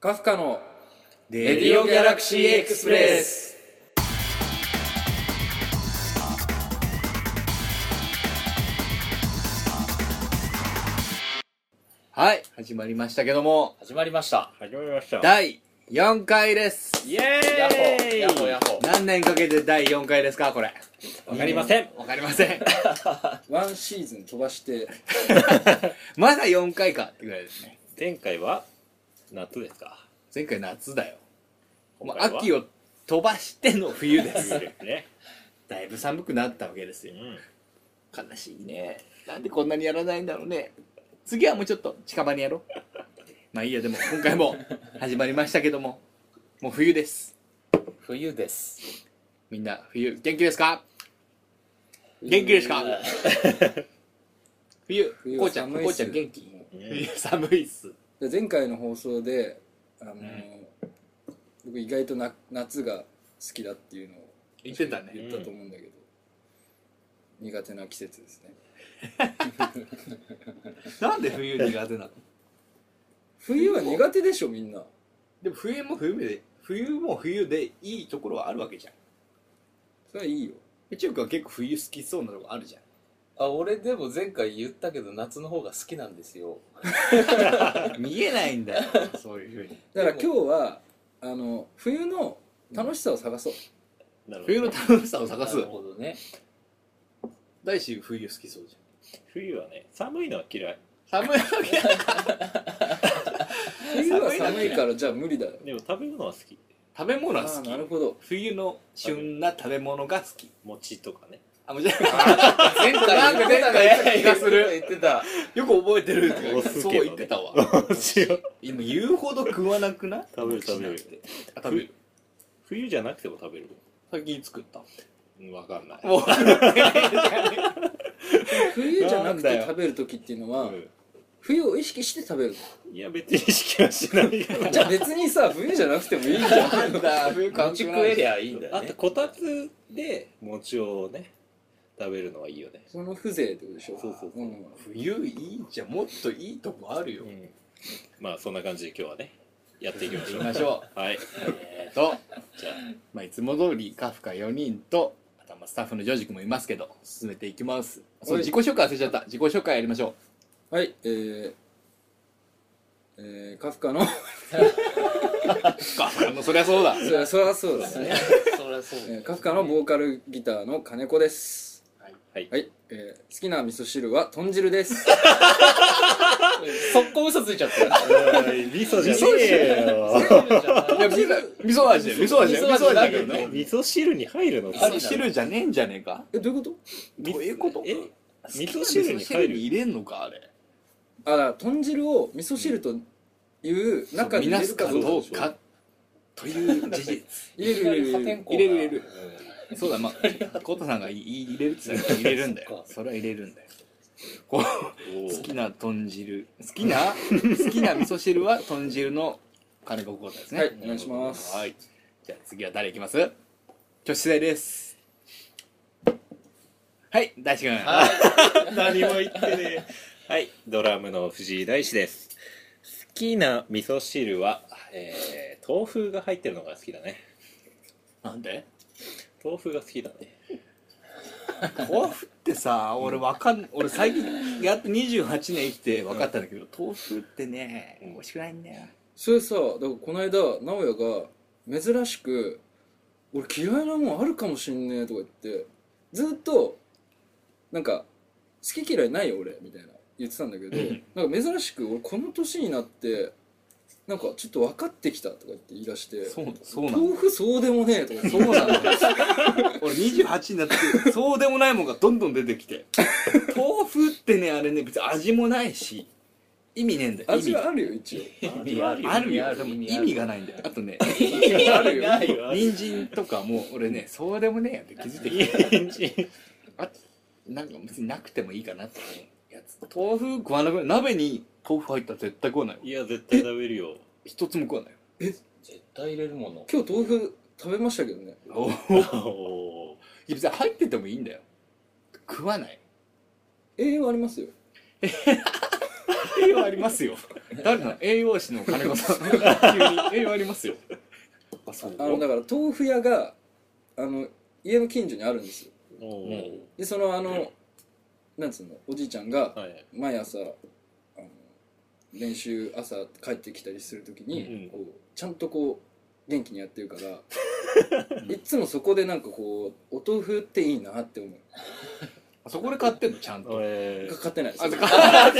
カフカのレディオギャラクシーエクスプレス。 はい、始まりましたけども、 始まりました。 第4回です。 イエーイ。 ヤッホーヤッホーヤッホー。 何年かけて第4回ですか、これ。 わかりません。 わかりません。 ワンシーズン飛ばしてまだ4回かってぐらいですね。 前回は夏ですか。 前回夏だよ。もう今回は秋を飛ばしての冬です。 冬ですね。 だいぶ寒くなったわけですよ。 うん。 悲しいね。なんでこんなにやらないんだろうね。次はもうちょっと近場にやろう。まあいいや、でも今回も始まりましたけども、もう冬です。 冬です。 みんな冬元気ですか？元気ですか？冬、 冬はこうちゃん、 寒いっすこうちゃん元気？冬寒いっす。 で前回の放送で僕意外と夏が好きだっていうのを言ってたね。 言ったと思うんだけど、苦手な季節ですね。 なんで冬苦手なの？ 冬は苦手でしょみんな。 でも冬も冬でいいところはあるわけじゃん。 それはいいよ。 中華は結構冬好きそうなとこあるじゃん。 あ、俺でも前回言ったけど夏の方が好きなんですよ。 見えないんだよ。そういう風に。 だから今日は冬の楽しさを探そう。 なるほど。 冬の楽しさを探すなる。ほどね。 大志冬好きそうじ冬はね、寒いのは嫌い。 ゃん。寒いわけ。 冬は寒いからじゃあ無理だよ。 でも食べ物は好き。 食べ物はああ好き。 なるほど。 冬の旬な食べ物が好き。 餅とかね。 あ、もうじゃ前なんか前回言った気がする言ってた。 よく覚えてるっておすそうけどね言ってたわ。 餅を今言うほど食わなくない？ 食べる食べる。 あ、食べる。 冬じゃなくても食べる。 最近作った。 わかんない。 もう冬じゃなくなんだよて食べる時っていうのはうん冬を意識して食べる。 いや別に意識はしないよ。 じゃあ別にさ冬じゃなくてもいいじゃん。 なんだ冬関餅係ない。 食えりゃいいんだよね。 あとこたつで餅をね食べるのはいいよね。 その風情ってことでしょ。 そうそうそううん冬いいじゃん。もっといいとこあるよ。 まあそんな感じで今日はねやっていきましょう。 行きましょう。 はい。 じゃあ、まあ、いつも通りカフカ4人とあとはまあスタッフのジョージ君もいますけど進めていきます。そう、 はい自己紹介忘れちゃった。自己紹介やりましょはいカフカのう。カフカのそりゃそうだ。 そりゃそうですね。 そりゃそう。 カフカのボーカルギターの金子です。 はい。 はい、好きな味噌汁は豚汁です。 速攻嘘ついちゃったよ。 味噌じゃねえよ。 いや味噌味で味噌味だけどね。 味噌汁に入るの？ 味噌汁じゃねえんじゃねえか。 どういうこと？ どういうこと？ え味噌汁に入る？ 入れんのかあれ。 あ、だから豚汁を味噌汁という中に入れるかどうかでしょ。 どうかという事実。 入れる。 そうだ、まあコトさんが入れるって言ったら入れるんだよ。それは入れるんだよ。こう好きな豚汁、好きな味噌汁は豚汁の金子コータですね。 はい、お願いします。 はい。じゃあ次は誰いきます？挙手制です。はい、大志くん。 何も言ってねえ。はい、ドラムの藤井大志です。好きな味噌汁は、豆腐が入ってるのが好きだね。 なんで？ 豆腐が好きだね。 豆腐ってさ、俺最近やっと28年生きて分かったんだけど、豆腐ってね、美味しくないんだよ。 それさ、だからこの間直哉が珍しく俺嫌いなもんあるかもしんねえとか言ってずっとなんか好き嫌いないよ俺みたいな言ってたんだけど、なんか珍しく俺この年になってなんかちょっと分かってきたとか言って言い出して、 そうなんだ。 豆腐そうでもねえとかそうなんだよ。俺28になってそうでもないもんがどんどん出てきて、豆腐ってね、あれね、別に味もないし意味ねえんだよ。 味はあるよ一応。 あるよ。でも意味がないんだよ。あとね、 あるよ。 人参とかも俺ね、そうでもねえやって気づいてきて、あ、なんか別になくてもいいかなってやつ。豆腐食わなくない？鍋に豆腐入ったら絶対食わないよ。 いや、絶対食べるよ。 一つも食わないよ。 絶対入れるもの。 今日豆腐食べましたけどね。 おお。いや別に入っててもいいんだよ。食わない。 栄養ありますよ。 栄養ありますよ。誰の栄養士の金子さん急に栄養ありますよ。あ、そうだから豆腐屋が家の近所にあるんですよ。 おーでなんつうの、おじいちゃんがはい毎朝練習朝帰ってきたりするときに、 うんこうちゃんとこう元気にやってるからいつもそこでなんかこうお豆腐っていいなって思う。 そこで買ってんのちゃんと。 買ってないです。 あ、買って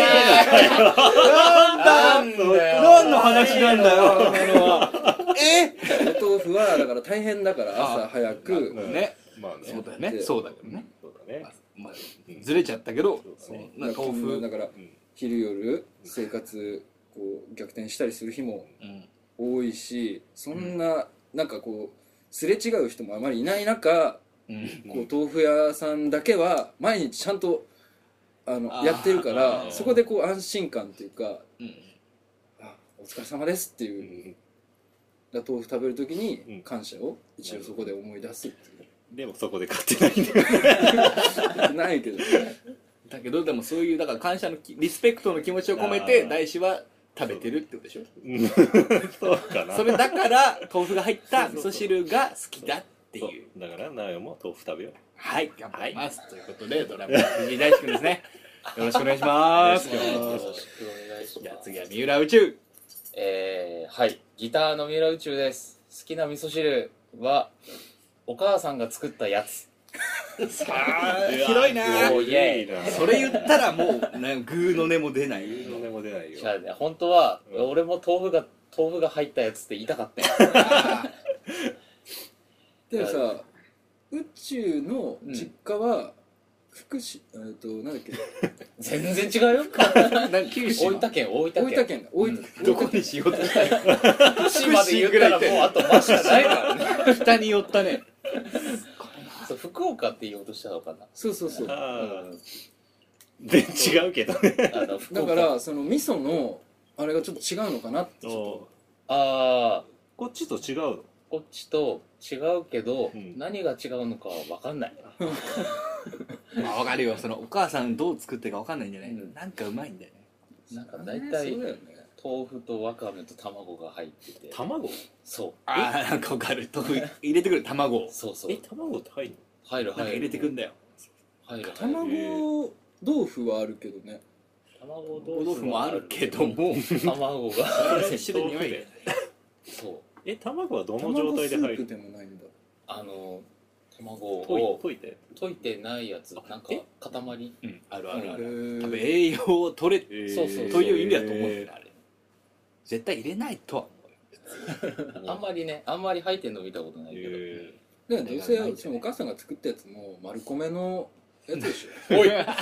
なんだよ。何の話なんだよ。 お豆腐はだから大変だから朝早くね。 まあねそうだよね。そうだよね。 そうだねまあずれちゃったけど、 そうねなんか豆腐だからうん昼夜生活こう逆転したりする日も多いし、そんななんかこうすれ違う人もあまりいない中、こう豆腐屋さんだけは毎日ちゃんとやってるからそこでこう安心感っていうか、お疲れ様ですっていう、豆腐食べるときに感謝を一応そこで思い出すっていう、 でもそこで買ってないんだよないけどね。 だけどでもそういうだから感謝のリスペクトの気持ちを込めて大志は食べてるってことでしょ。 そうかなそれだから豆腐が入った味噌汁が好きだっていう。 だからなよも豆腐食べよう。 はい、頑張ります。ということでドラムの藤井大志くんですね。よろしくお願いします。 よろしくお願いします。 じゃあ次は三浦宇宙。 はいギターの三浦宇宙です。好きな味噌汁はお母さんが作ったやつ。 広いな。 おーイエーイそれ言ったらもうなんかグーの音も出ない。 のでも出ないよじゃあね本当は、俺も豆腐が入ったやつって言いたかったよ。 でもさ、宇宙の実家は福祉、なんだっけ、 全然違うよ。 九州大分県大分県だ、大分、 どこにしようとしたよ。 福島で言ったらもうあとマしかないからね。 北に寄ったね。 そう福岡って言おうとしたのかな。 そうそうそう。だあー全然違うけどね福岡からその味噌のあれがちょっと違うのかなってちょああこっちと違うのこっちと違うけど、 うん何が違うのかは分かんない。 まあわかるよ。そのお母さんどう作ってるかわかんないんじゃない。 うんなんかうまいんだよね。 なんかっと大体そうだよね。 豆腐とわかめと卵が入ってて卵そああなんかわかる。豆腐入れてくる卵をうそうそう卵って入るなんか入る入る入れてくんだよ。 入る卵豆腐はあるけどね。 卵豆腐もあるけども卵が摂取で匂い。 そう卵はどの卵状態スープで入るでもないんだ。 卵を溶いて溶いてないやつなんか塊うんあるあるあへる。 ー多分栄養を取れそうそうという意味だと思うんだよあれ。絶対入れないとは思うよ。 あんまり入ってんの見たことないけどでもどうせそのお母さんが作ったやつも丸米のやつでしょ。 おい違うよ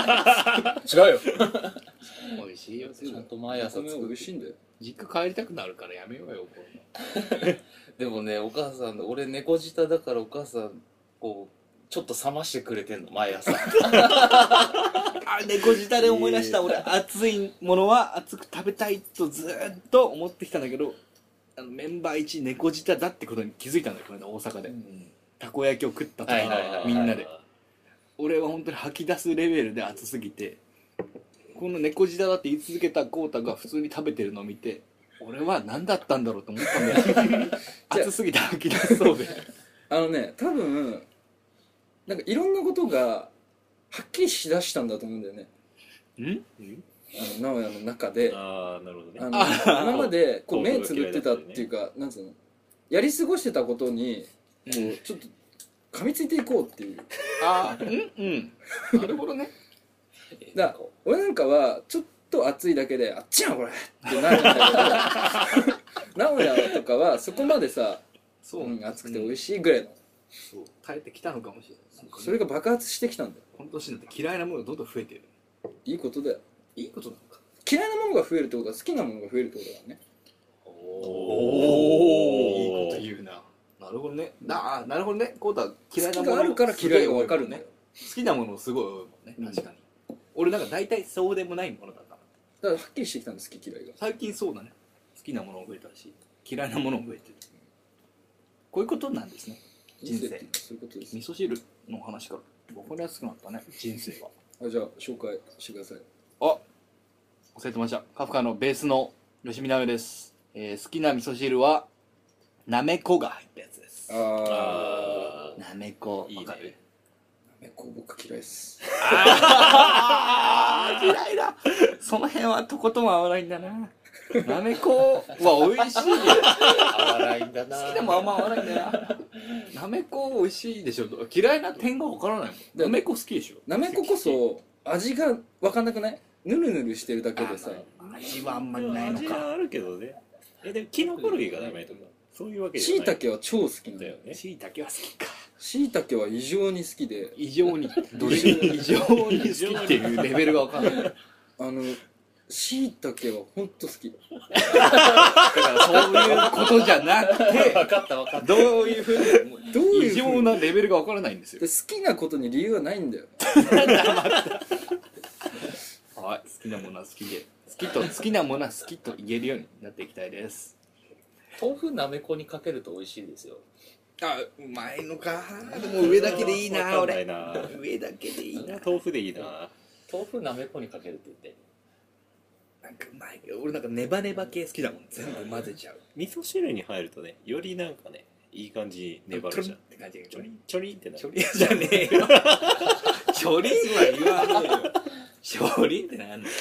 美味しいよ。 ちゃんと毎朝丸米作る美味しいんだよ。 実家帰りたくなるからやめようよ。 でもねお母さん俺猫舌だからお母さんこうちょっと冷ましてくれてんの毎朝あ猫舌で思い出した。俺熱いものは熱く食べたいとずーっと思ってきたんだけど、メンバー1猫舌だってことに気づいたんだよこの間大阪で。たこ焼きを食った時はいはいはいみんなで。俺は本当に吐き出すレベルで熱すぎて、この猫舌だって言い続けた豪太が普通に食べてるのを見て、俺は何だったんだろうと思ったんだよ熱すぎて吐き出しそうで。 多分なんかいろんなことがはっきりしだしたんだと思うんだよね。直哉の中でああなるほどね今までこう目豆腐つぶってたっていうか、なんつうの、やり過ごしてたことにこうちょっと噛みついていこうっていう。 ああなるほどね。 だから俺なんかはちょっと熱いだけであっちやんこれってなるんだけど直哉とかはそこまでさ、熱くて美味しいぐらいの、 そう耐えてきたのかもしれない。 それが爆発してきたんだよ。 この年になって嫌いなものがどんどん増えてる。 いいことだよ。 いいことなのか。 嫌いなものが増えるってことは好きなものが増えるってことだからね。 いいこと言うな。なるほどね。なるほどね。こうだ嫌いなもの好きがあるから嫌いが分かるんだよ。 好きなものすごい多いもんね。確かに。俺なんか大体そうでもないものだった。 だからはっきりしてきたんです、好き嫌いが。 最近そうだね。好きなものも増えたし嫌いなものも増えてる。こういうことなんですね。人生ってそういうことです。 味噌汁の話から分かりやすくなったね。人生は。 じゃあ紹介してください。 あ忘れてました。カフカのベースの吉見直哉です。好きな味噌汁はなめこが入ったやつです。 あなめこいいねわかる？ ーなめこ僕嫌いっす。 嫌いだ。その辺はとことん合わないんだな。なめこは美味しい。 合わないんだな。 好きでもあんま合わないんだよな。なめこ美味しいでしょ。嫌いな点が分からないもん。なめこ好きでしょ。 なめここそ味が分かんなくない？ぬるぬるしてるだけでさ。 味はあんまりないのか。 味はあるけどね。でもキノコ類がダメとかそういうわけじしいゃないたけは超好きなんだよ。 だよね。 しいたけは好きか。 しいたけは異常に好きで、 異常にどれ異常に好きっていうレベルが分かんない。 しいたけはほんと好き。 だからそういうことじゃなくて、 分かった分かった。 どういうふうにどういうふうに異常なレベルが分からないんですよ。 で好きなことに理由はないんだよ。 はい、好きなものは好きで、好きなものは好きと言えるようになっていきたいです。 豆腐なめこにかけると美味しいですよ。 あ、うまいのか。でも上だけでいいな、 わかんない俺。 な。 上だけでいいな。 豆腐でいいな。 豆腐なめこにかけるって言って。 なんかうまいけど、俺なんかネバネバ系好きだもん。全部混ぜちゃう。 味噌汁に入るとね、よりなんかね、いい感じに粘るじゃん。 って感じがちょりんちょりんってなる。 ちょりんじゃねえよ。ちょりんは言わねえよ。ちょりんってなんだよ。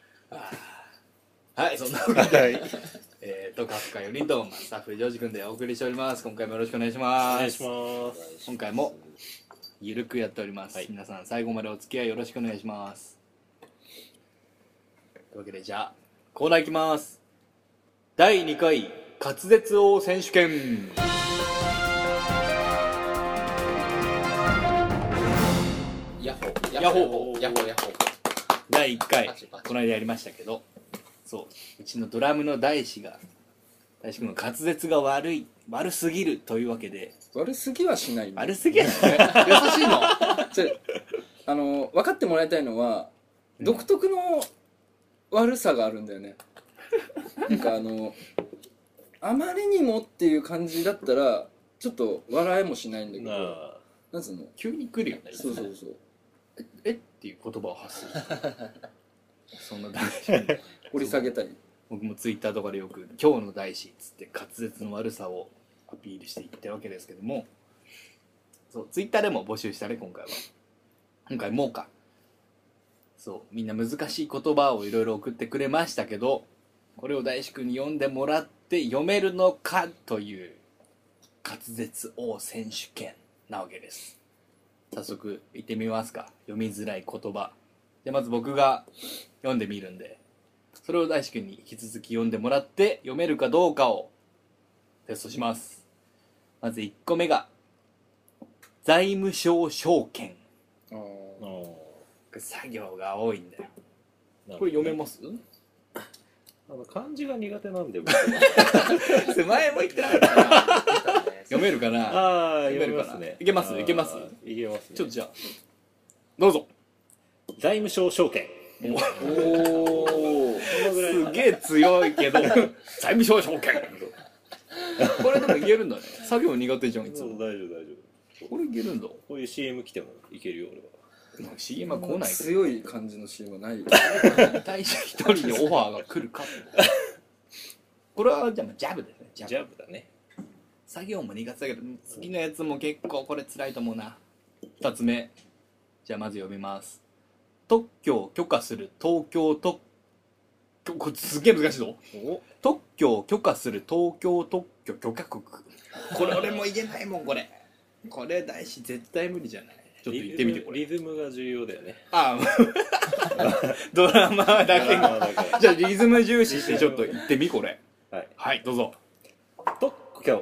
はい、そんなわけで、 はい。 カフカよりとスタッフジョージ君でお送りしております。今回もよろしくお願いしおます。 願いします。 今回もゆるくやっております、 はい皆さん最後までお付き合いよろしくお願いします。というわけでじゃあコーナーいきます。第2回滑舌王選手権。 ヤッホーヤッホーヤッホーヤッホー。 第1回パチパチこの間やりましたけど、そううちのドラムの大志君の滑舌が悪すぎるというわけで。 悪すぎはしない。 悪すぎやね優しいのそれ分かってもらいたいのは、独特の悪さがあるんだよね。なんかあまりにもっていう感じだったらちょっと笑えもしないんだけど、 あなんつうの、 急に来るよね。 そうそうそう、 えっていう言葉を発するそんな大志君掘り下げたい。 僕もツイッターとかでよく「今日の大志」っつって滑舌の悪さをアピールしていったわけですけども、そうツイッターでも募集したね。今回もうか、そうみんな難しい言葉をいろいろ送ってくれましたけど、これを大志くんに読んでもらって読めるのかという滑舌王選手権なわけです。早速行ってみますか。読みづらい言葉でまず僕が読んでみるんで、それを大志くんに引き続き読んでもらって読めるかどうかをテストします。まず1個目が財務省証券。 あーあ。 これ作業が多いんだよ。 ここれ読めます漢字が苦手なんで。 す前も言ってなかったな読めるかな。 ああ、 読めるかな読めますね。 いけますいけますあーいけますね。 ちょっとじゃあどうぞ。 財務省証券。 おお、 すげえ強いけど財務省証券これでもいけるんだね。作業苦手じゃんいつも。 そう大丈夫大丈夫。 これいけるんだ。 こういう CM 来てもいけるよ俺は。 CM は来ないけど強い感じの CM はないよ。 大志一人にオファーが来るかこれはじゃあジャブですね。 ジャブだね。 作業も苦手だけど次のやつも結構これ辛いと思うな。2つ目じゃあまず読みます。特許を許可する東京特これすげえ難しいぞ。特許を許可する東京特許許可局。これ俺も言えないもん。これ大志絶対無理じゃない。ちょっと言ってみてこれ。 リズムが重要だよね。 あドラマーだけドラマーがだけじゃあリズム重視してちょっと言ってみこれ。 はいはいどうぞ。 特許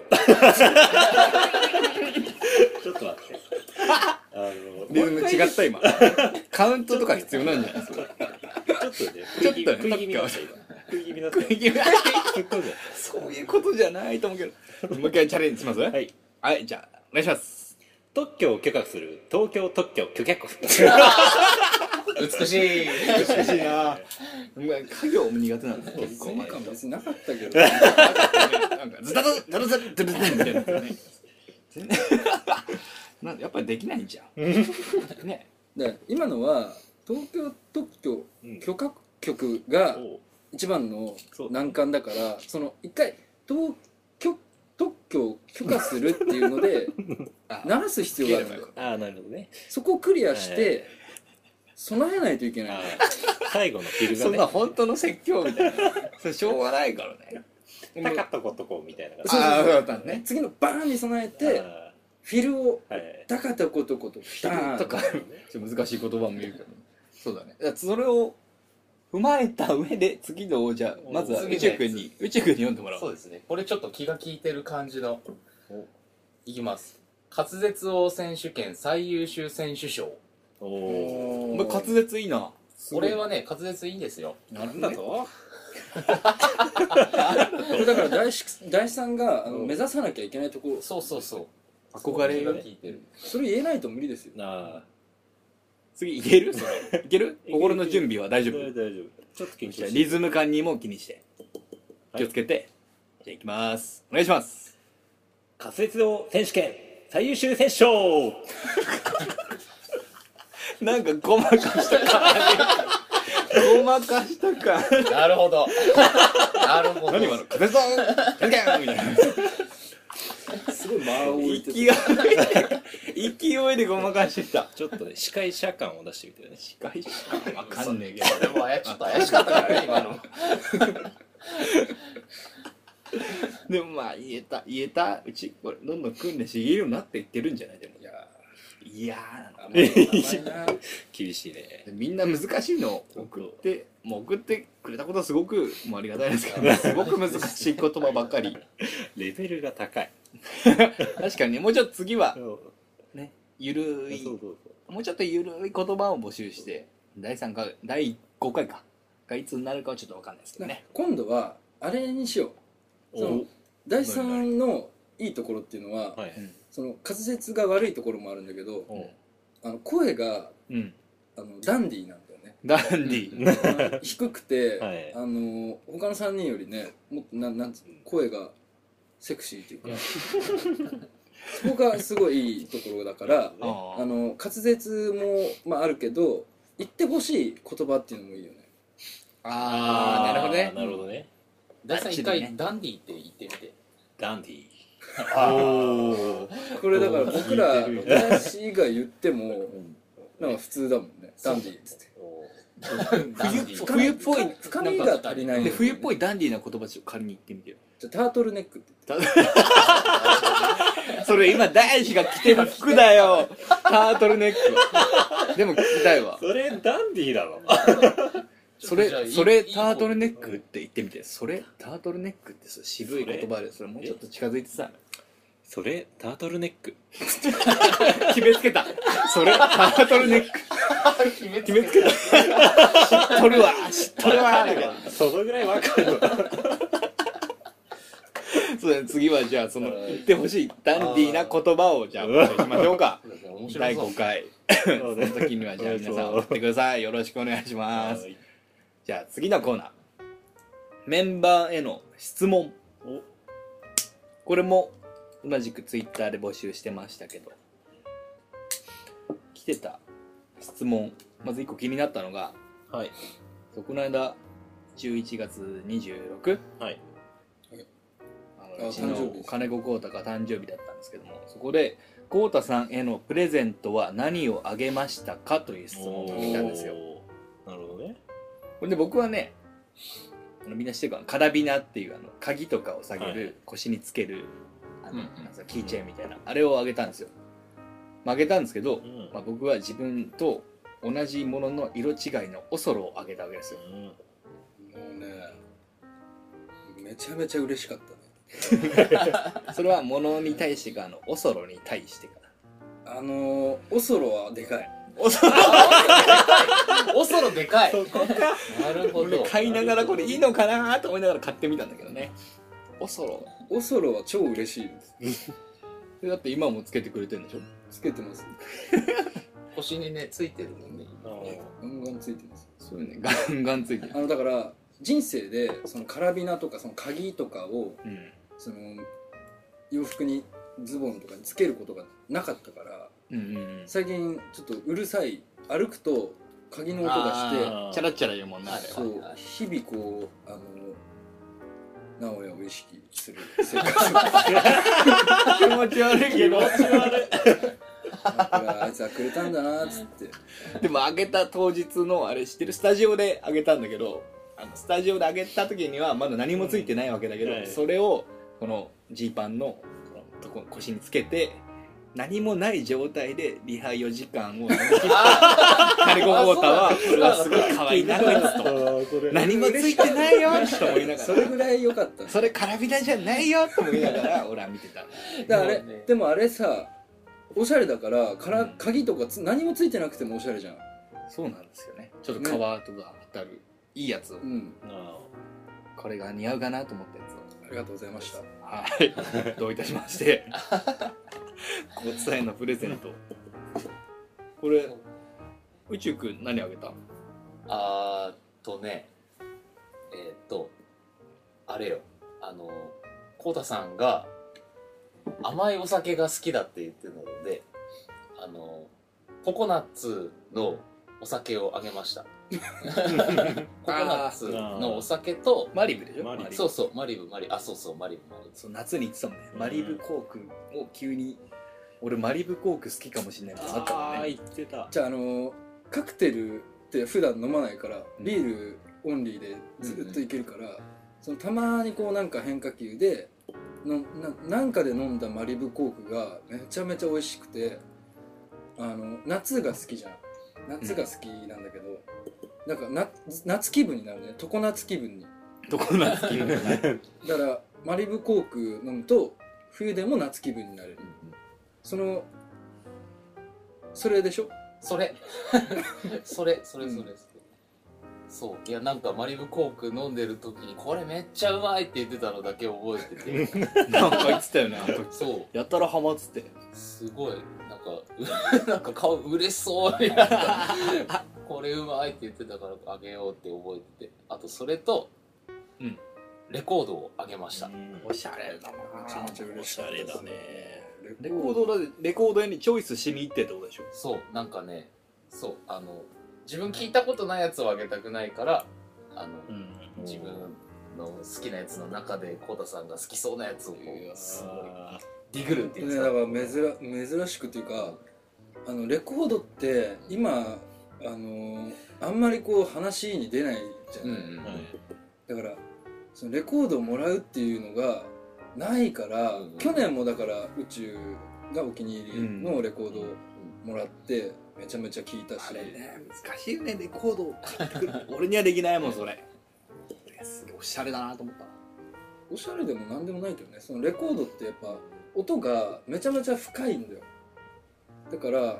ちょっと待ってリズム違った今カウントとか必要なんじゃないですか。 ちょっとね食い気味だった今食い気味だった突っ込んでそういうことじゃないと思うけどもう一回チャレンジしますはいはいじゃあお願いします。 特許を許可する東京特許許可局。 美しい。 難しいな。家業も苦手なんだ結構前回も別になかったけど。 なんかズタズタズタズタズタみたいなね。なんでやっぱりできないんじゃん。ね。 で今のは東京特許許可局がおう一番のそう難関だからその一回特許を許可するっていうのであ鳴らす必要があるんだよ。 ああなるほどね。 そこをクリアして備えないといけないあー最後のフィルがねそんな本当の説教みたいなそれしょうがないからねたかったことこうみたいな感じ。 そうそうそうああそうだったね次のバーンに備えてあフィルをーはい高たことことダーンとかちょっと難しい言葉も言うけどそうだねだからそれを踏まえた上で次のじゃあまずは宇宙君に読んでもらおうそうですね。これちょっと気が利いてる感じのお。 いきます。滑舌王選手権最優秀選手賞。 おお前滑舌いいなこれはね、滑舌いいんですよ。 なんだぞこれだから大さんが目指さなきゃいけないところそうそうそう。 憧れ気が利いてる。 それ言えないと無理ですよ。 なあ次いけるそれいける心の準備は大丈夫大丈夫。ちょっと緊張じゃあしてリズム感にも気にして気をつけて、じゃあいきますお願いします滑舌王選手権最優秀選手賞。 なんかごまかしたかごまかしたかなるほど。なるほど。 何今の風さんガンガンみたいなすごい間を置いて勢いでごまかしてきたちょっとね司会者感を出してみてよね。 司会者わかんねえけどでもちょっと怪しかったからね、今の。 でもまあ言えたうちこれどんどん訓練して言えるようになっていってるんじゃないでもいや甘いな厳しいね。 みんな難しいのを送ってもう送ってくれたことはすごくもうありがたいですけどすごく難しい言葉ばっかりレベルが高い。 確かにねもうちょっと次はそうねゆるいそうそうもうちょっとゆるい言葉を募集して第5回かがいつになるかはちょっと分かんないですけどね今度はあれにしよう。その大さんのいいところっていうのは、 はい。 その滑舌が悪いところもあるんだけど、 お声がうんダンディーなんだよね。 ダンディ低くて、 はい他の3人よりねもっとなんつうの声がセクシーっていうかそこがすごいいいところだからあ滑舌も、まあ、あるけど言ってほしい言葉っていうのもいいよね。 あーなるほどねなるほどね。 大さん一バッチリね回ダンディって言ってみて。 ダンディおこれだから僕ら聞いてる私が言ってもなんか普通だもんねダンディーっつって冬っぽい深みが足りないで冬っぽいダンディーな言葉ちょっと仮に言ってみてよじゃあタートルネックってそれ今大志が着てる服だよタートルネックはでも聞きたいわそれダンディーだろ。 それじゃあいいタートルネックって言ってみてそれタートルネックってさ渋い言葉でそれもうちょっと近づいてさそれタートルネック。 決めつけたそれタートルネック決めつけた知っとるわそのぐらいわかるわ。 そうだね次はじゃあその言ってほしいダンディーな言葉をじゃあお願いしましょうか第面白そう 5回その時にはじゃあ皆さん送ってくださいよろしくお願いしますはいじゃあ次のコーナーメンバーへの質問おこれも同じくツイッターで募集してましたけど来てた質問まず1個気になったのがはいこの間11月 26? はい。 うちの誕生日です金子浩太が誕生日だったんですけどもそこで浩太さんへのプレゼントは何をあげましたかという質問が来たんですよおーなるほどね。 これで僕はねみんな知ってるかなカラビナっていう鍵とかを下げる、 はい腰につけるうんなんかキーチェーンみたいな、あれをあげたんですよ、まあ、あげたんですけど、 うんまあ、僕は自分と同じものの色違いのオソロをあげたわけですようんもうねめちゃめちゃ嬉しかったね。 それはものに対してかオソロに対してかオソロはでかい。 オソロオソロでかい。 そこか。 なるほど。 買いながらこれいいのかなと思いながら買ってみたんだけどねオソロオソロは超嬉しいです。 だって今もつけてくれてるんでしょつけてます。 腰にねついてるもんね。 ガンガンついてます。 そういうねガンガンついてるだから人生でそのカラビナとかその鍵とかをうんその洋服にズボンとかにつけることがなかったからうんうん最近ちょっとうるさい歩くと鍵の音がしてあーチャラチャラ言うもんなあれはそう日々こう直哉を意識する生活気持ち悪いけどだからあいつはくれたんだなっつってでもあげた当日のあれ知ってるスタジオであげたんだけどスタジオであげた時にはまだ何もついてないわけだけど、 はいそれをこのジーパンのこのとこ腰につけて何もない状態でリハ4時間をカリゴゴータはこれはすごい可愛いなこいつと何もついてないよと思いながらそれぐらい良かったそれカラビナじゃないよと思いながら俺は見てただからあれ、 もうねでもあれさおしゃれだから鍵とか何もついてなくてもおしゃれじゃんそうなんですよねちょっと革とか当たるいいやつをうんこれが似合うかなと思ったやつをありがとうございましたはいどういたしましてコツさんへのプレゼントこれ宇宙くん何あげたねあれよコウタさんが甘いお酒が好きだって言ってたのでココナッツのお酒をあげましたココナッツのお酒とマリブでしょマリブそうそうマリブそうそうマリブそう夏に言ってたもんねマリブコークを急に俺マリブコーク好きかもしれないってなったもんね言ってたじゃあカクテルって普段飲まないからビールオンリーでずっといけるから、そのたまにこうなんか変化球でなんかで飲んだマリブコークがめちゃめちゃ美味しくて夏が好きじゃん夏が好きなんだけど、なんか夏気分になるね常夏気分にどこなんですかだからマリブコーク飲むと冬でも夏気分になれるそれでしょそれそういやなんかマリブコーク飲んでる時にこれめっちゃうまいって言ってたのだけ覚えててなんか言ってたよねあの時そうやたらハマっててすごいなんか顔嬉しそうになんかこれうまいって言ってたからあげようって覚えててあとそれと、レコードをあげましたおしゃれだなめちゃめちゃ嬉しかったですおしゃれだねレコード屋にチョイスしに行ってってことでしょそうなんかねそう自分聞いたことないやつをあげたくないから自分の好きなやつの中でコウタさんが好きそうなやつをこうすごいディグルって言ってただから珍しくっていうかレコードって今あんまりこう話に出ないじゃない、だからそのレコードをもらうっていうのがないから、去年もだから宇宙がお気に入りのレコードをもらってめちゃめちゃ聴いたし、 あれね難しいよねレコードを買ってくる俺にはできないもんそれすげえおしゃれだなと思ったおしゃれでもなんでもないけどねそのレコードってやっぱ音がめちゃめちゃ深いんだよだから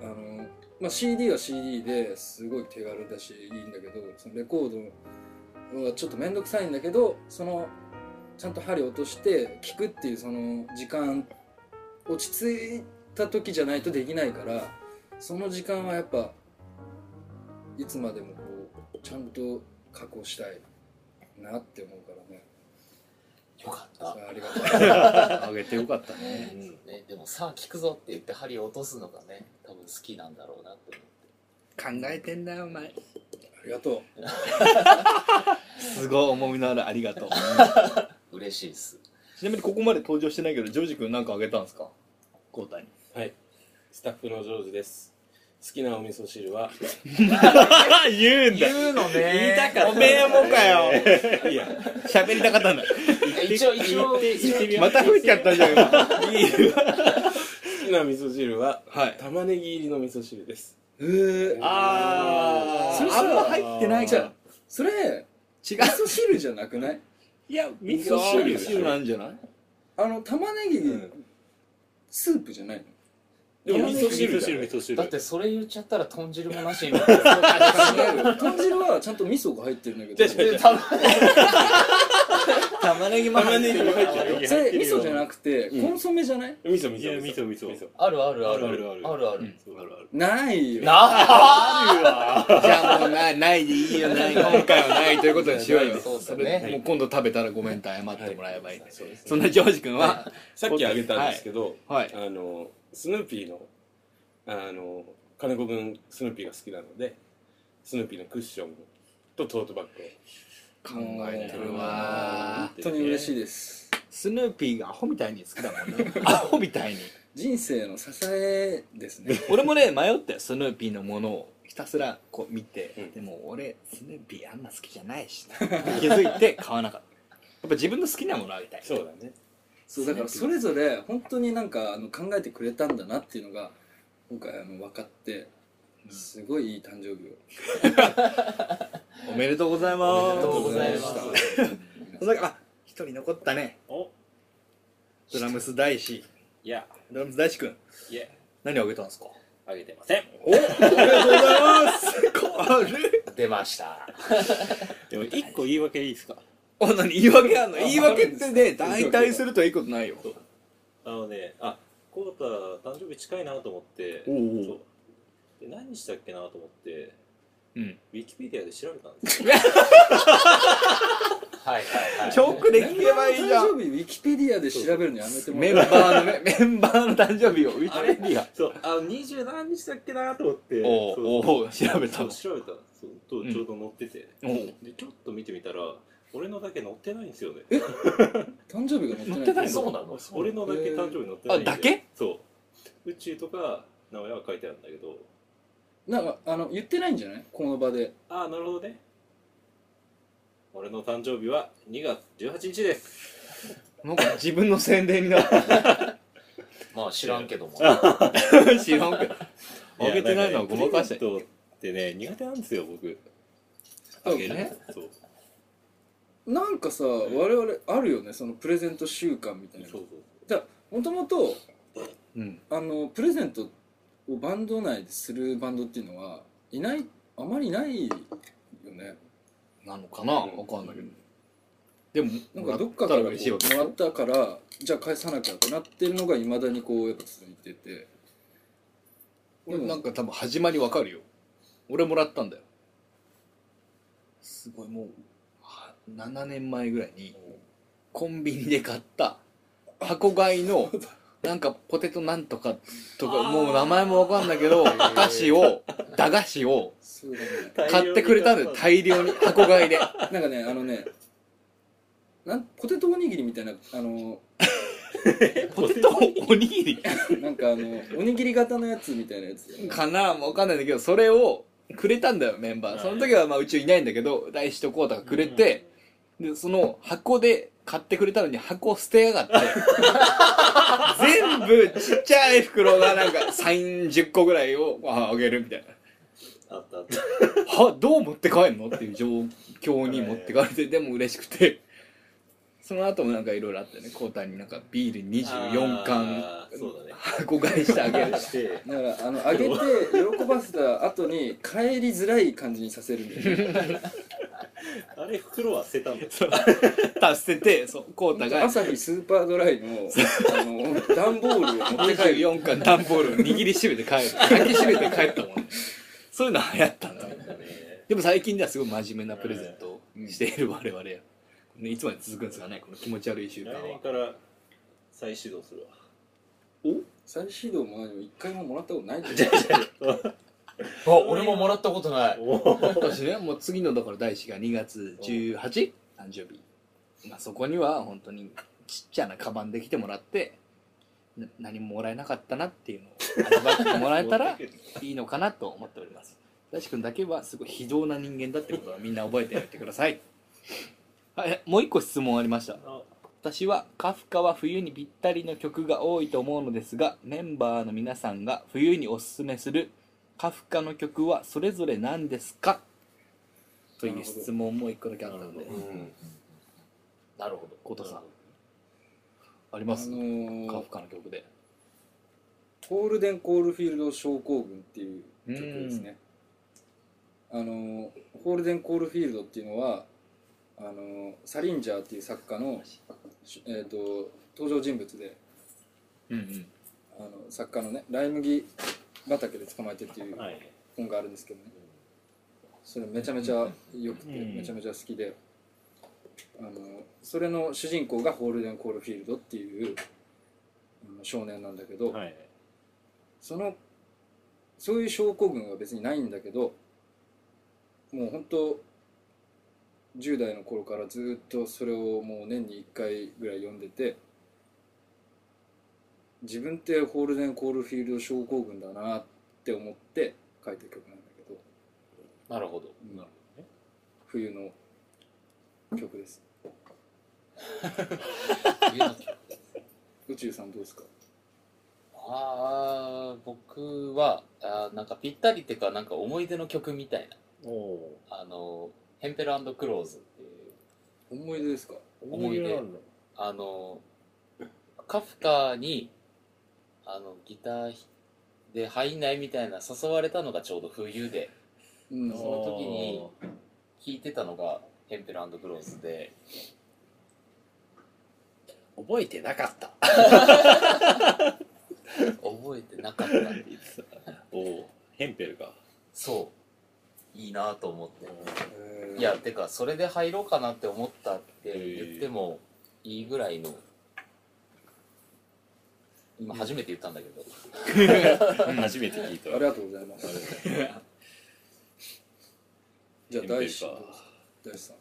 CD は CD ですごい手軽だしいいんだけどそのレコードはちょっと面倒くさいんだけどちゃんと針落として聴くっていうその時間落ち着いた時じゃないとできないからその時間はやっぱいつまでもこうちゃんと確保したいなって思うからねよかったありがとうあげてよかったねね、でもさあ聞くぞって言って針を落とすのがね多分好きなんだろうなって思って考えてんだよお前ありがとすごい重みのあるありがとう嬉しいっすちなみにここまで登場してないけどジョージ君なんかあげたんですか交代にはい、スタッフのジョージです。好きなお味噌汁は言うんだ言うのね言いたかったおめえもかよいや喋りたかったんだ一応言ってみようまた吹いちゃったじゃん今好きな味噌汁は、 はい玉ねぎ入りの味噌汁です。 うあそれさあんま入ってないからそれ違う味噌汁じゃなくないいや味噌汁なんじゃない玉ねぎ、スープじゃないのでも味噌汁味じゃない噌汁だってそれ言っちゃったら豚汁もなしになる豚汁はちゃんと味噌が入ってるんだけど違う玉ねぎも玉ねぎも入ってるよ。 それ味噌じゃなくてコンソメじゃない、 味噌いや味噌あるあるあるないよあるわじゃあもうないでいいよない今回はないということにしようよそうだねもう今度食べたらごめんと謝ってもらえばいいそんなジョージ君はさっきあげたんですけど、 はいスヌーピーの金子君スヌーピーが好きなので、 スヌーピーのクッションとトートバッグを考えてるわ本当に嬉しいです。 スヌーピーがアホみたいに好きだもんねアホみたいに人生の支えですね。 俺もね迷ったよスヌーピーのものをひたすらこう見て、 うんでも俺スヌーピーあんま好きじゃないしな気づいて買わなかったやっぱ自分の好きなものをあげたいそうだねそうだからそれぞれ本当になんか考えてくれたんだなっていうのが今回分かってすごいいい誕生日をおめでとうございますおめでとうございますそれあ一人残ったねおドラムス大志いやドラムス大志くんいや何あげたんですかあげてません。 おありがとうございますこれ出ましたでも一個言い訳いいですか？ あ何言い訳あんの言い訳ってね大体するといいことないよあのね、コウタ誕生日近いなと思っておうおうそうで何したっけなと思ってうんウィキペディアで調べたんですよ。 はいはいはい直で聞けばいいじゃん誕生日ウィキペディアで調べるのやめてもメンらバーのねメンバーの誕生日をウィキペディアそう20何日だっけなと思っておそううおう調べたのそう調べたそうとうんちょうど載ってて、 おうでちょっと見てみたら俺のだけ載ってないんですよね。 誕生日が載ってない載ってないのそうなの俺のだけ誕生日載ってないんで。 あだけ？ そう宇宙とか名前は書いてあるんだけどなんか言ってないんじゃないこの場で。 なるほどね。俺の誕生日は2月18日です。 なんか自分の宣伝になったまあ知らんけども知らんけどあげてないのはごまかしてプレゼントってね苦手なんですよ僕。 あげるねそうなんかさ我々あるよねそのプレゼント習慣みたいな。 そうだもともとうんプレゼントをバンド内でするバンドっていうのはいないあまりないよね。 なのかなわかんないけどでもなんかどっかからこう嬉しいわけもらったからじゃあ返さなきゃってなってるのがいまだにこうやっぱ続いてて。 俺なんか多分始まりわかるよ俺もらったんだよすごいもう7年前ぐらいにコンビニで買った箱買いのなんかポテトなんとかとかもう名前もわかんないけど駄菓子をそうだね。 買ってくれたんだよ大量に箱買いでなんかねポテトおにぎりみたいなポテトおにぎりなんかおにぎり型のやつみたいなやつだよね。 かなわかんないんだけどそれをくれたんだよメンバーその時はまあうちいないんだけど大志とコウタがくれてでその箱で買ってくれたのに箱を捨てやがって全部ちっちゃい袋がなんか30個ぐらいをあげるみたいなあったあったはどう持って帰んのっていう状況に持って帰れてでも嬉しくてその後もなんかいろいろあってねコウタになんかビール24缶そうだね箱買いしてあげるしてだからあげて喜ばせた後に帰りづらい感じにさせるんだよね。 あれ袋は捨てたんだよ。 捨ててそうコウタが朝日スーパードライの段ボールを持って帰る。 24巻段ボールを握りしめて帰る抱きしめて帰ったもんねそういうの流行ったんだでも最近ではすごい真面目なプレゼントをしている我々や、ね、いつまで続くんですかねこの気持ち悪い習慣来年はから再始動するわ。 再始動も何も一回ももらったことないんだよ。 あ俺ももらったことない私ねもう次のだから大志が2月 18? 誕生日、まあ、そこには本当にちっちゃなカバンで来てもらって何ももらえなかったなっていうのを味わってもらえたらいいのかなと思っております。大志くんだけはすごい非道な人間だってことはみんな覚えておいてください。はい、もう一個質問ありました。私はカフカは冬にぴったりの曲が多いと思うのですがメンバーの皆さんが冬におすすめするカフカの曲はそれぞれ何ですかという質問も一個だけあったのでなるほどコウタさんあります、カフカの曲でホールデン・コールフィールド症候群っていう曲ですね。ホールデン・コールフィールドっていうのはサリンジャーっていう作家の、登場人物で、作家のねライ麦畑で捕まえてっていう本があるんですけどね、それめちゃめちゃ良くてめちゃめちゃ好きで、それの主人公がホールデン・コールフィールドっていう少年なんだけど、 はいそういう症候群は別にないんだけどもう本当10代の頃からずっとそれをもう年に1回ぐらい読んでて、自分ってホールデン・コールフィールド症候群だなって思って書いた曲なんだけど、 なるほど。 うんなるほどね。 冬の曲です。宇宙さんどうですか？ 僕はなんかぴったりっていうか、なんか思い出の曲みたいな、 おヘンペル&クローズっていう思い出ですか？ 思い出なんだ。 カフカにギターで入んないみたいな誘われたのがちょうど冬で、 うんその時に聴いてたのがヘンペル&クローズで、 覚えてなかった。 覚えてなかったって言ってた。 おお、ヘンペルか。 そういいなと思って、 へーいやてかそれで入ろうかなって思ったって言ってもいいぐらいの、今初めて言ったんだけど、 初めて聞いた。 ありがとうございます。じゃあ大志ヘンペルか大志さ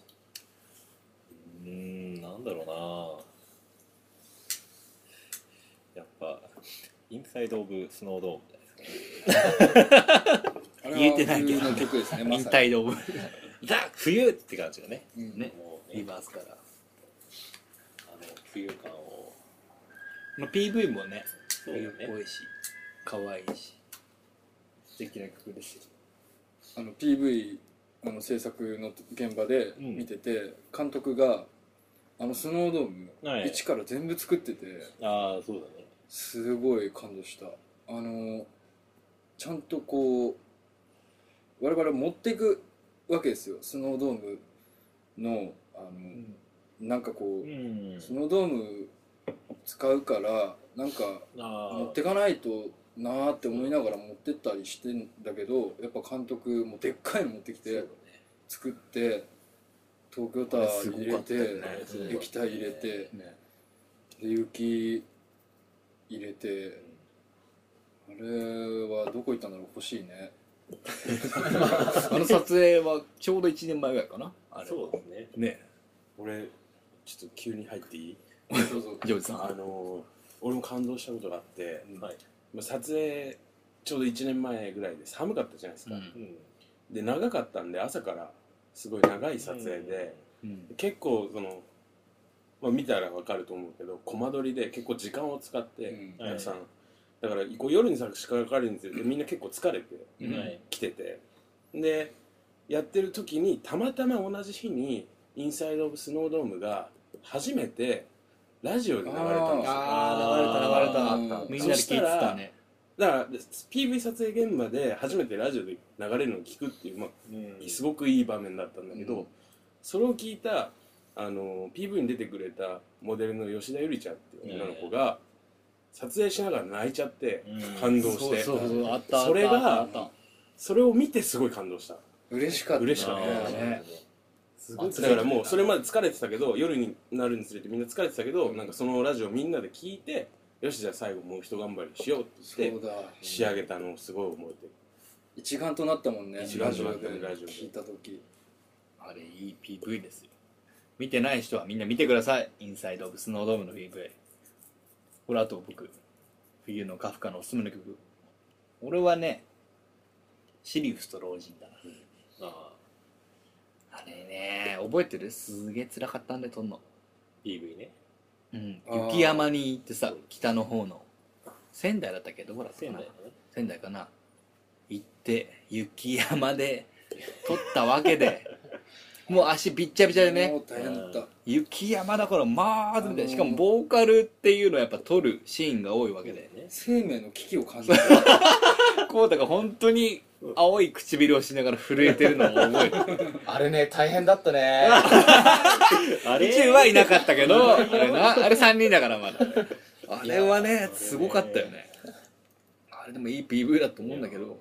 ん。 なんだろうな。やっぱインサイド・オブ・スノードームみたいですかね。 あれは言えてないけど冬の曲ですね。ま引さに。 退ドームザ・冬って感じがね。 うんねもうリバースから冬感を。 まあ PV もねそうよね冬っぽいし可愛いし素敵な曲ですよ。 PV 制作の現場で見てて、監督がスノードーム、 はい一から全部作っててああ、そうだね。 すごい感動した。ちゃんとこう我々持っていくわけですよ、スノードームのなんかこう、 うん。 スノードーム使うからなんか持ってかないとなーって思いながら持ってったりしてんだけど、やっぱ監督もでっかいの持ってきて作って東京タワー入れて、液体入れて、 ねで雪入れて、あれはどこ行ったんだろう、欲しいね。 撮影はちょうど1年前ぐらいかなあれそうですね。 ね俺ちょっと急に入っていい？ どうぞ。 ジョージさん俺も感動したことがあって、 はい。 まあ撮影ちょうど1年前ぐらいで寒かったじゃないですか、 うんで長かったんで朝からすごい長い撮影で、 うん結構まあ、見たら分かると思うけどコマ撮りで結構時間を使ってうんお客さん、だからこう夜に差し掛かるにつれてみんな結構疲れてうんはい。 来てて、でやってる時にたまたま同じ日に「インサイド・オブ・スノードーム」が初めてラジオで流れたんですよ。 あー流れたうんみんなで聞いてたねだから PV 撮影現場で初めてラジオで流れるのを聞くっていう、まあ、すごくいい場面だったんだけど、 うんそれを聞いたPV に出てくれたモデルの吉田ゆりちゃんっていう女の子が撮影しながら泣いちゃって感動して、 そうあったそれがあったそれを見てすごい感動した。 嬉しかった。 嬉しかったねすごいだからもうそれまで疲れてたけど夜になるにつれてみんな疲れてたけど、なんかそのラジオみんなで聞いてよしじゃあ最後もう一頑張りしようって言ってそうだ。 仕上げたのをすごい覚えてる。 一丸となったもんね。 一丸となったねララジオでジオで聞いた時。 あれいい PV ですよ見てない人はみんな見てくださいインサイド・オブ・スノードームの PV これあと僕冬のカフカのおすすめの曲俺はねシリウスと老人だな、あれね覚えてるすげえ辛かったんで撮んの、 PV ね。 あー雪山に行ってさ北の方の仙台だったっけどこだったかな仙台だね。 仙台かな行って雪山で撮ったわけでもう足びっちゃびちゃでもねう大変だった。 雪山だからまあずみたいなしかもボーカルっていうのはやっぱ撮るシーンが多いわけでね。 生命の危機を感じた。 こうたが本当に青い唇をしながら震えてるのを覚えてあれね大変だったね。 あ宇宙はいなかったけどあれ3人だからまだあれはねすごかったよねあれでもいい PV だと思うんだけど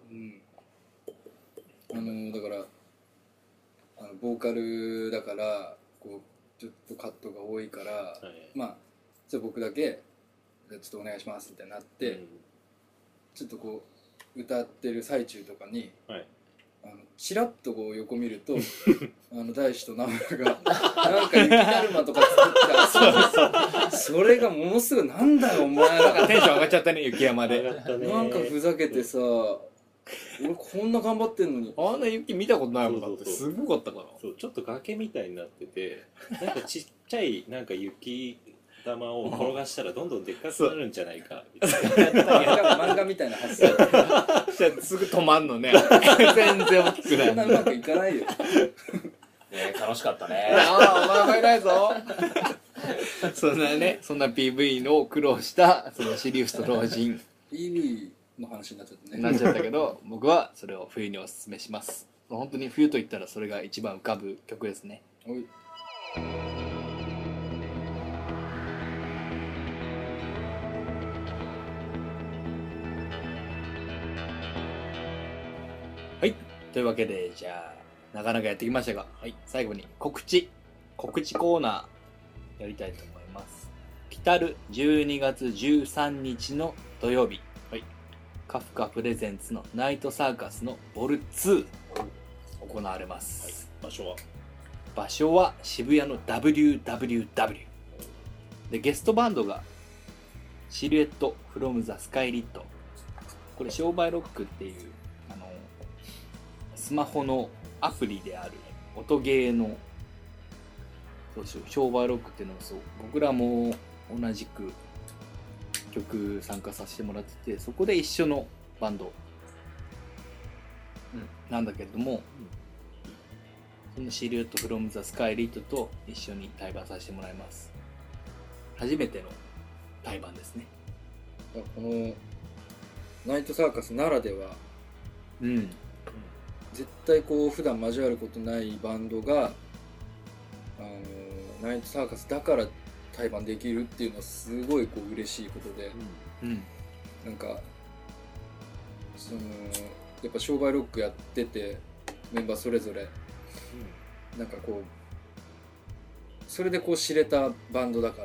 だからボーカルだからこうちょっとカットが多いから、 はいまあじゃあ僕だけじゃあちょっとお願いしますみたいになって、ちょっとこう歌ってる最中とかにはい。 チラッとこう横見ると大志と直哉がなんか雪だるまとか作って遊んでそれがものすごいなんだよお前なんかテンション上がっちゃったね、雪山で。 なんかふざけてさ俺こんな頑張ってんのにあんな雪見たことないもんだって。 そうすごかったから。 そうちょっと崖みたいになってて、なんかちっちゃいなんか雪玉を転がしたらどんどんでっかくなるんじゃないかみたいな漫画みたいな発想すぐ止まんのね。全然大きくない。 そんなうまくいかないよ楽しかったね。 ああ、お前がいないぞ。そんな PV の苦労したそのシリウスと老人 PV の話になっちゃったねなっちゃったけど、僕はそれを冬におすすめします。本当に冬と言ったらそれが一番浮かぶ曲ですね。 おいはい、というわけでじゃあなかなかやってきましたが、はい、最後に告知コーナーやりたいと思います。来たる12月13日の土曜日、はい、カフカプレゼンツのナイトサーカスのボル2行われます、 場所は渋谷の WWW で、ゲストバンドがシルエットフロムザスカイリット、これ商売ロックっていうスマホのアプリである音ゲーの商売ロックっていうのを僕らも同じく曲参加させてもらってて、そこで一緒のバンドなんだけれども、そのシルエットフロムザスカイリットと一緒に対バンさせてもらいます。初めての対バンですね。 このナイトサーカスならでは絶対こう普段交わることないバンドがナイトサーカスだから対バンできるっていうのはすごいこう嬉しいことで、なんかやっぱ商売ロックやっててメンバーそれぞれ、なんかこうそれでこう知れたバンドだから、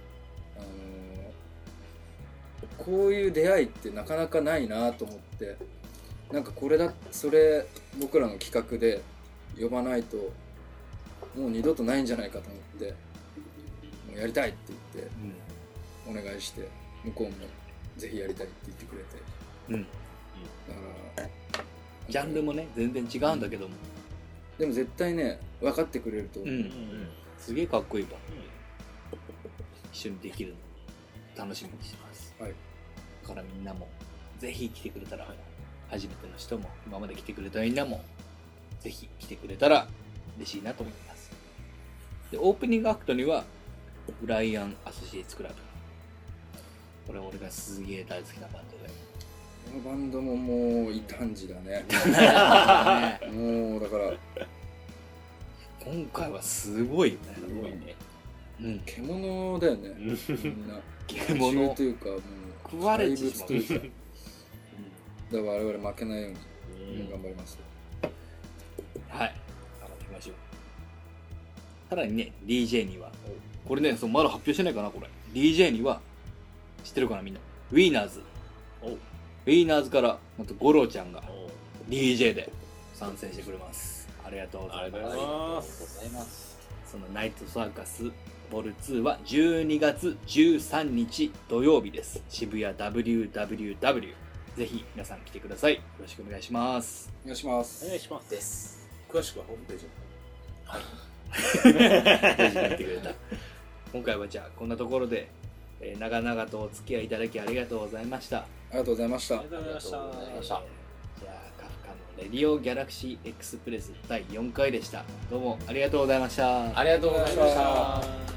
こういう出会いってなかなかないなと思って、なんかそれ僕らの企画で呼ばないともう二度とないんじゃないかと思って、もうやりたいって言ってお願いして、向こうもぜひやりたいって言ってくれて、だからジャンルもね全然違うんだけども、 でも絶対ね分かってくれると思う、 すげえかっこいいわ、一緒にできるの楽しみにしてます、だからみんなもぜひ来てくれたら、初めての人も今まで来てくれたみんなもぜひ来てくれたら嬉しいなと思います。でオープニングアクトにはブライアン・アソシエイツクラブ、これ俺がすげえ大好きなバンドで、 このバンドももう異端児だねもうだから今回はすごいよね。 すごいね。 獣だよねみんな獣というかもう食われてしまう怪物というかだから我々負けないように頑張ります。 はい、頑張っていきましょう。さらにね DJ にはこれねまだ発表してないかな、これ DJ には知ってるかなみんな、ウィーナーズからまた五郎ちゃんが DJ で参戦してくれます。ありがとうございます。そのナイトサーカスボル2は12月13日土曜日です。渋谷 WWW、 ぜひ皆さん来てください。よろしくお願いします。 お願いしますです。 詳しくはホームページ見てくれた。今回はじゃあこんなところで、長々とお付き合いいただきありがとうございました。 ありがとうございました。 ありがとうございました。 じゃあカフカのレディオギャラクシーエクスプレス第4回でした。どうもありがとうございました。 ありがとうございました。